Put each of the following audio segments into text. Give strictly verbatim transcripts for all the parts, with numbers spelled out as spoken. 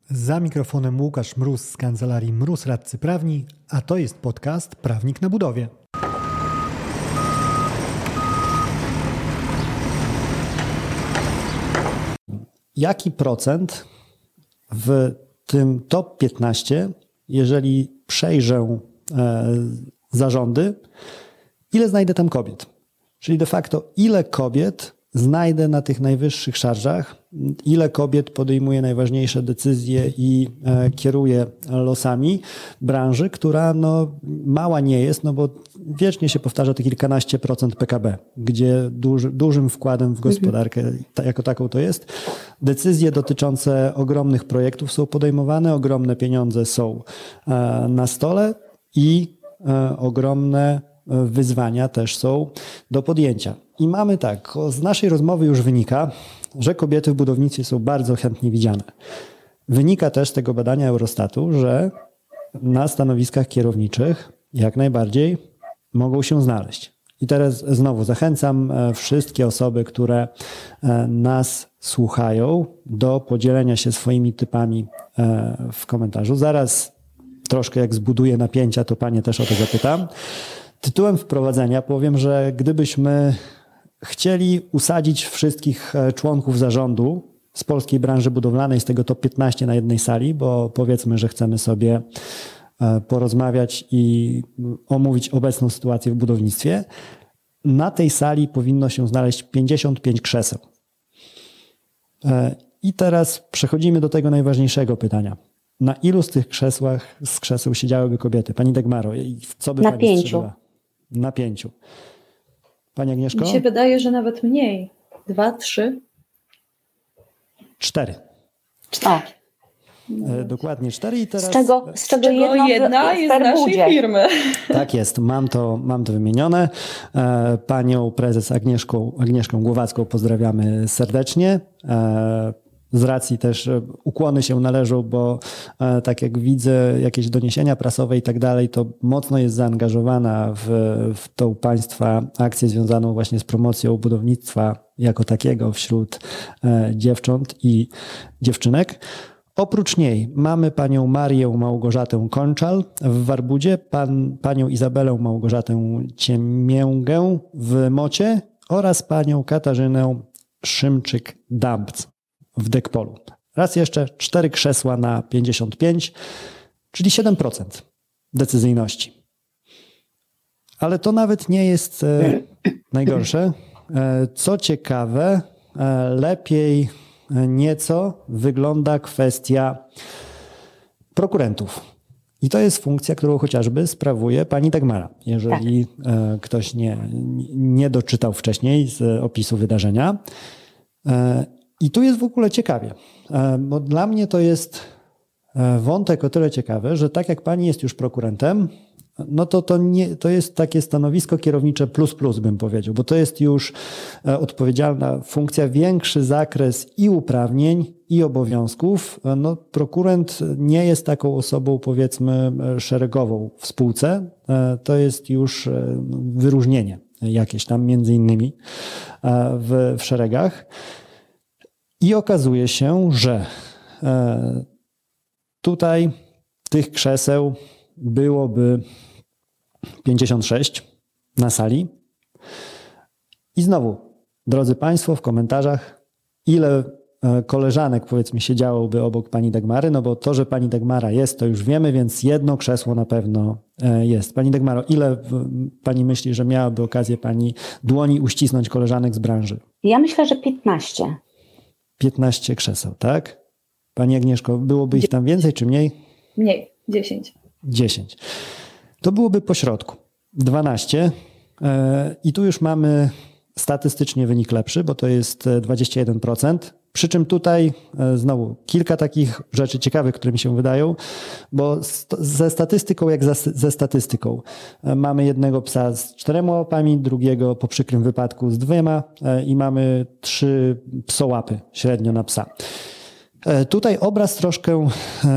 Za mikrofonem Łukasz Mróz z kancelarii Mróz Radcy Prawni, a to jest podcast Prawnik na budowie. Jaki procent w tym top piętnaście, jeżeli przejrzę e, zarządy, ile znajdę tam kobiet? Czyli de facto ile kobiet znajdę na tych najwyższych szarżach, ile kobiet podejmuje najważniejsze decyzje i e, kieruje losami branży, która no, mała nie jest, no bo wiecznie się powtarza te kilkanaście procent P K B, gdzie duży, dużym wkładem w gospodarkę ta, jako taką to jest. Decyzje dotyczące ogromnych projektów są podejmowane, ogromne pieniądze są e, na stole i e, ogromne wyzwania też są do podjęcia. I mamy tak, z naszej rozmowy już wynika, że kobiety w budownictwie są bardzo chętnie widziane. Wynika też z tego badania Eurostatu, że na stanowiskach kierowniczych jak najbardziej mogą się znaleźć. I teraz znowu zachęcam wszystkie osoby, które nas słuchają, do podzielenia się swoimi typami w komentarzu. Zaraz troszkę jak zbuduję napięcia, to panie też o to zapytam. Tytułem wprowadzenia powiem, że gdybyśmy chcieli usadzić wszystkich członków zarządu z polskiej branży budowlanej, z tego top piętnaście na jednej sali, bo powiedzmy, że chcemy sobie porozmawiać i omówić obecną sytuację w budownictwie, na tej sali powinno się znaleźć pięćdziesiąt pięć krzeseł. I teraz przechodzimy do tego najważniejszego pytania. Na ilu z tych krzesłach, z krzeseł siedziałyby kobiety? Pani Dagmaro, co by na pani pięciu. strzeliła? Na pięciu. Pani Agnieszko? Mi się wydaje, że nawet mniej. Dwa, trzy? Cztery. O. E, dokładnie cztery i teraz... Z czego, z czego, Czego jedna, jedna w, jest z naszej Perbudzie. firmy. Tak jest, mam to, mam to wymienione. E, panią prezes Agnieszką, Agnieszką Głowacką pozdrawiamy serdecznie. E, Z racji też ukłony się należą, bo e, tak jak widzę jakieś doniesienia prasowe i tak dalej, to mocno jest zaangażowana w, w tą państwa akcję związaną właśnie z promocją budownictwa jako takiego wśród e, dziewcząt i dziewczynek. Oprócz niej mamy panią Marię Małgorzatę Konczal w Warbudzie, pan, panią Izabelę Małgorzatę Ciemięgę w Mocie oraz panią Katarzynę Szymczyk-Dambc w Dekpolu. Raz jeszcze cztery krzesła na pięćdziesiąt pięć, czyli siedem procent decyzyjności. Ale to nawet nie jest e, najgorsze. E, co ciekawe, e, lepiej nieco wygląda kwestia prokurentów. I to jest funkcja, którą chociażby sprawuje pani Dagmara. Jeżeli tak. e, ktoś nie, nie doczytał wcześniej z opisu wydarzenia. E, I tu jest w ogóle ciekawie, bo dla mnie to jest wątek o tyle ciekawy, że tak jak pani jest już prokurentem, no to to, nie, to jest takie stanowisko kierownicze plus plus, bym powiedział, bo to jest już odpowiedzialna funkcja, większy zakres i uprawnień, i obowiązków. No, prokurent nie jest taką osobą, powiedzmy, szeregową w spółce, to jest już wyróżnienie jakieś tam między innymi w, w szeregach. I okazuje się, że tutaj tych krzeseł byłoby pięćdziesiąt sześć na sali. I znowu, drodzy państwo, w komentarzach, ile koleżanek, powiedzmy, siedziałoby obok pani Dagmary, no bo to, że pani Dagmara jest, to już wiemy, więc jedno krzesło na pewno jest. Pani Dagmaro, ile pani myśli, że miałaby okazję pani dłoni uścisnąć koleżanek z branży? Ja myślę, że piętnaście. piętnaście krzeseł, tak? Pani Agnieszko, byłoby ich tam więcej czy mniej? Mniej, dziesięć. dziesięć. To byłoby po środku. dwanaście. I tu już mamy statystycznie wynik lepszy, bo to jest dwadzieścia jeden procent. Przy czym tutaj znowu kilka takich rzeczy ciekawych, które mi się wydają, bo ze statystyką jak ze statystyką. Mamy jednego psa z czterema łapami, drugiego po przykrym wypadku z dwiema i mamy trzy psołapy średnio na psa. Tutaj obraz troszkę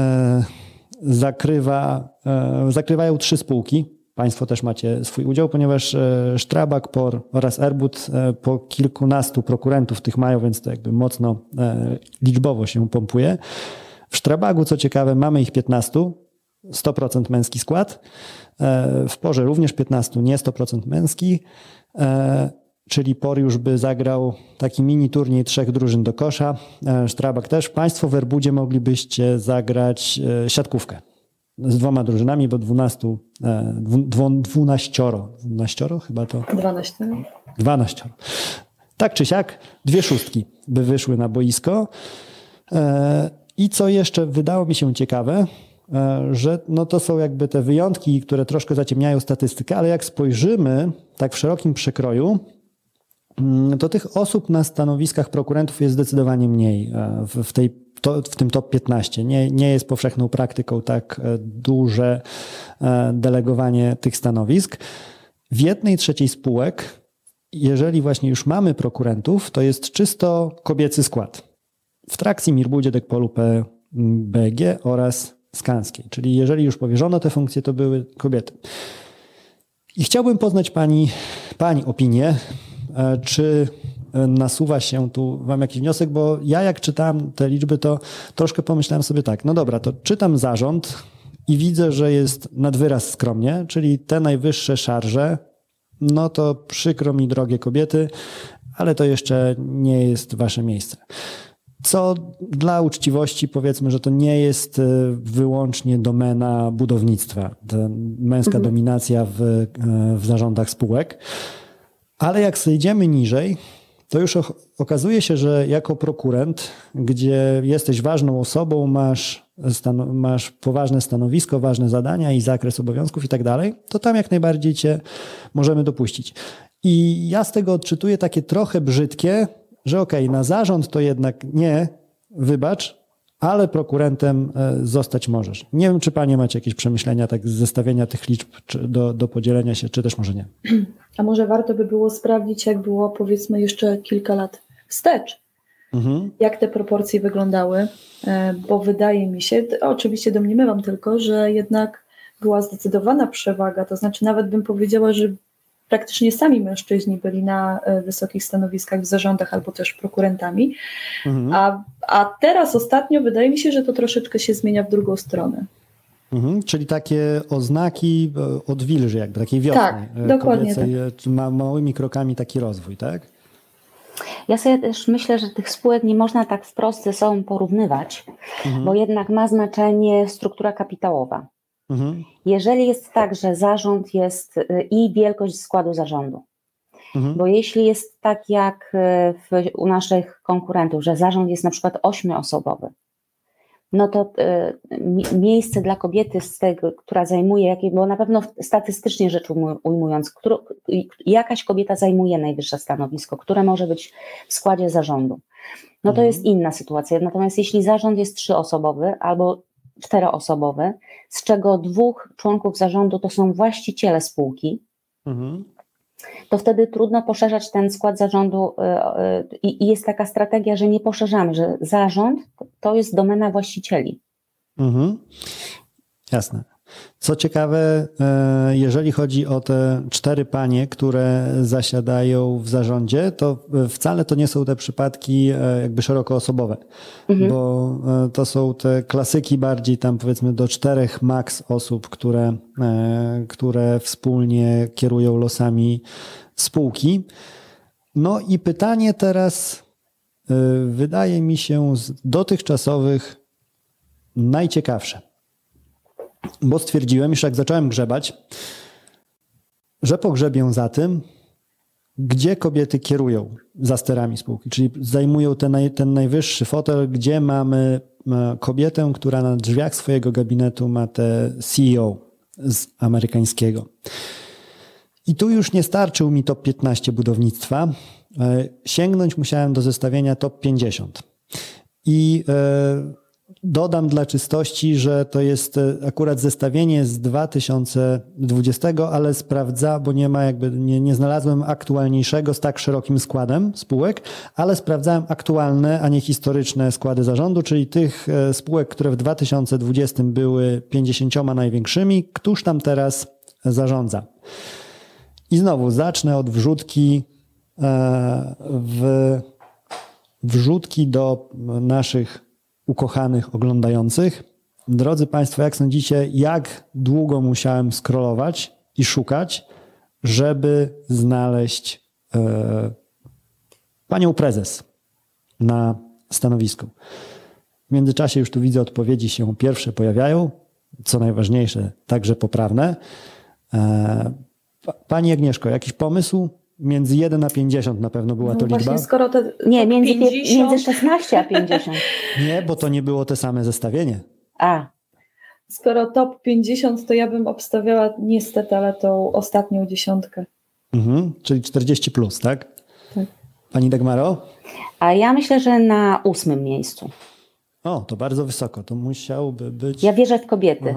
zakrywa, zakrywają trzy spółki. Państwo też macie swój udział, ponieważ Strabag, P O R oraz Erbud po kilkunastu prokurentów tych mają, więc to jakby mocno liczbowo się pompuje. W Strabagu, co ciekawe, mamy ich piętnaście, sto procent męski skład. W Porze również piętnaście, nie sto procent męski. Czyli Por już by zagrał taki mini turniej trzech drużyn do kosza. Strabag też. Państwo w Erbudzie moglibyście zagrać siatkówkę z dwoma drużynami, bo dwunastu, dwu, dwunaścioro, dwunaścioro chyba to? dwanaście. Dwanaścioro. Tak czy siak, dwie szóstki by wyszły na boisko. I co jeszcze wydało mi się ciekawe, że no to są jakby te wyjątki, które troszkę zaciemniają statystykę, ale jak spojrzymy tak w szerokim przekroju, to tych osób na stanowiskach prokurentów jest zdecydowanie mniej w, w, tej, to, w tym top piętnaście. Nie, nie jest powszechną praktyką tak duże delegowanie tych stanowisk. W jednej trzeciej spółek, jeżeli właśnie już mamy prokurentów, to jest czysto kobiecy skład. W Trakcji, Mirbudzie, Dekpolu, P B G oraz Skanskiej. Czyli jeżeli już powierzono te funkcje, to były kobiety. I chciałbym poznać pani, pani opinię, czy nasuwa się tu wam jakiś wniosek, bo ja jak czytałem te liczby, to troszkę pomyślałem sobie tak, no dobra, to czytam zarząd i widzę, że jest nad wyraz skromnie, czyli te najwyższe szarże, no to przykro mi, drogie kobiety, ale to jeszcze nie jest wasze miejsce. Co dla uczciwości powiedzmy, że to nie jest wyłącznie domena budownictwa, ta męska mhm. dominacja w, w zarządach spółek. Ale jak zejdziemy niżej, to już okazuje się, że jako prokurent, gdzie jesteś ważną osobą, masz, stan- masz poważne stanowisko, ważne zadania i zakres obowiązków i tak dalej, to tam jak najbardziej cię możemy dopuścić. I ja z tego odczytuję takie trochę brzydkie, że okej, okay, na zarząd to jednak nie, wybacz, ale prokurentem zostać możesz. Nie wiem, czy panie macie jakieś przemyślenia tak z zestawienia tych liczb czy do, do podzielenia się, czy też może nie. A może warto by było sprawdzić, jak było powiedzmy jeszcze kilka lat wstecz, mhm. jak te proporcje wyglądały, bo wydaje mi się, oczywiście domniemywam tylko, że jednak była zdecydowana przewaga, to znaczy nawet bym powiedziała, że praktycznie sami mężczyźni byli na wysokich stanowiskach w zarządach albo też prokurentami, mhm. a, a teraz ostatnio wydaje mi się, że to troszeczkę się zmienia w drugą stronę. Mhm, czyli takie oznaki odwilży, jakby takiej wiosny. Tak, dokładnie tak. Ma, małymi krokami taki rozwój, tak? Ja sobie też myślę, że tych spółek nie można tak wprost ze sobą porównywać, mhm. bo jednak ma znaczenie struktura kapitałowa. Mhm. Jeżeli jest tak, że zarząd jest i wielkość składu zarządu, mhm. bo jeśli jest tak jak w, u naszych konkurentów, że zarząd jest na przykład ośmioosobowy, no to y, miejsce dla kobiety, z tego, która zajmuje, jakie, bo na pewno statystycznie rzecz ujmując, którą, jakaś kobieta zajmuje najwyższe stanowisko, które może być w składzie zarządu, no to mhm. jest inna sytuacja. Natomiast jeśli zarząd jest trzyosobowy albo czteroosobowy, z czego dwóch członków zarządu to są właściciele spółki, mhm. to wtedy trudno poszerzać ten skład zarządu i jest taka strategia, że nie poszerzamy, że zarząd to jest domena właścicieli. Mhm. Jasne. Co ciekawe, jeżeli chodzi o te cztery panie, które zasiadają w zarządzie, to wcale to nie są te przypadki jakby szerokoosobowe, mhm. bo to są te klasyki bardziej tam powiedzmy do czterech maks osób, które, które wspólnie kierują losami spółki. No i pytanie teraz wydaje mi się z dotychczasowych najciekawsze. Bo stwierdziłem, już jak zacząłem grzebać, że pogrzebię za tym, gdzie kobiety kierują za sterami spółki, czyli zajmują ten, naj, ten najwyższy fotel, gdzie mamy kobietę, która na drzwiach swojego gabinetu ma te C E O z amerykańskiego. I tu już nie starczył mi top piętnaście budownictwa. Sięgnąć musiałem do zestawienia top pięćdziesiąt. I dodam dla czystości, że to jest akurat zestawienie z dwa tysiące dwudziestego, ale sprawdza, bo nie ma jakby, nie, nie znalazłem aktualniejszego z tak szerokim składem spółek, ale sprawdzałem aktualne, a nie historyczne składy zarządu, czyli tych spółek, które w dwa tysiące dwudziestym były pięćdziesięcioma największymi, któż tam teraz zarządza. I znowu zacznę od wrzutki w, wrzutki do naszych ukochanych oglądających. Drodzy Państwo, jak sądzicie, jak długo musiałem scrollować i szukać, żeby znaleźć e, panią prezes na stanowisku? W międzyczasie już tu widzę, odpowiedzi się pierwsze pojawiają, co najważniejsze, także poprawne. E, Pani Agnieszko, jakiś pomysł? Między jeden a pięćdziesiąt na pewno była no to liczba? Właśnie, skoro te, nie, między, między szesnaście a pięćdziesiąt. Nie, bo to nie było te same zestawienie. A. Skoro top pięćdziesiąt, to ja bym obstawiała niestety, ale tą ostatnią dziesiątkę. Mhm, czyli czterdzieści plus, tak? Tak. Pani Dagmaro? A ja myślę, że na ósmym miejscu. O, to bardzo wysoko. To musiałby być... Ja wierzę w kobiety.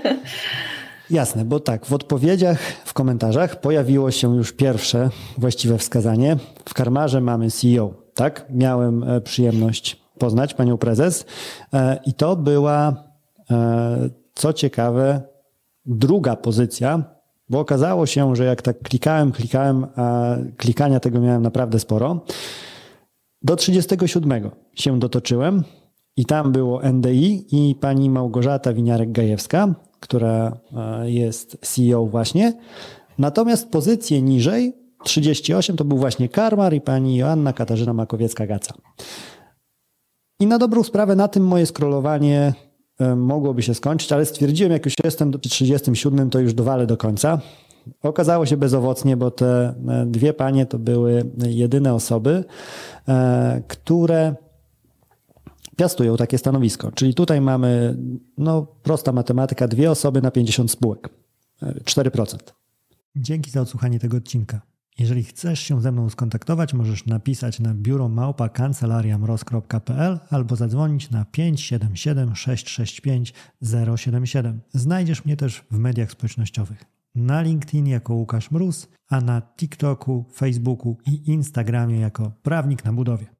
Jasne, bo tak, w odpowiedziach, w komentarzach pojawiło się już pierwsze właściwe wskazanie. W Karmarze mamy C E O, tak? Miałem przyjemność poznać panią prezes i to była, co ciekawe, druga pozycja, bo okazało się, że jak tak klikałem, klikałem, a klikania tego miałem naprawdę sporo. Do trzydziestego siódmego się dotoczyłem i tam było N D I i pani Małgorzata Winiarek-Gajewska, która jest C E O właśnie. Natomiast pozycje niżej, trzydzieści osiem, to był właśnie Karmar i pani Joanna Katarzyna Makowiecka-Gaca. I na dobrą sprawę na tym moje scrollowanie mogłoby się skończyć, ale stwierdziłem, jak już jestem do trzydziestym siódmym, to już dowalę do końca. Okazało się bezowocnie, bo te dwie panie to były jedyne osoby, które piastują takie stanowisko. Czyli tutaj mamy, no prosta matematyka, dwie osoby na pięćdziesiąt spółek. cztery procent. Dzięki za odsłuchanie tego odcinka. Jeżeli chcesz się ze mną skontaktować, możesz napisać na biuro małpa kancelaria mroz kropka p l albo zadzwonić na pięć siedem siedem sześć sześć pięć zero siedem siedem. Znajdziesz mnie też w mediach społecznościowych. Na LinkedIn jako Łukasz Mróz, a na TikToku, Facebooku i Instagramie jako Prawnik na Budowie.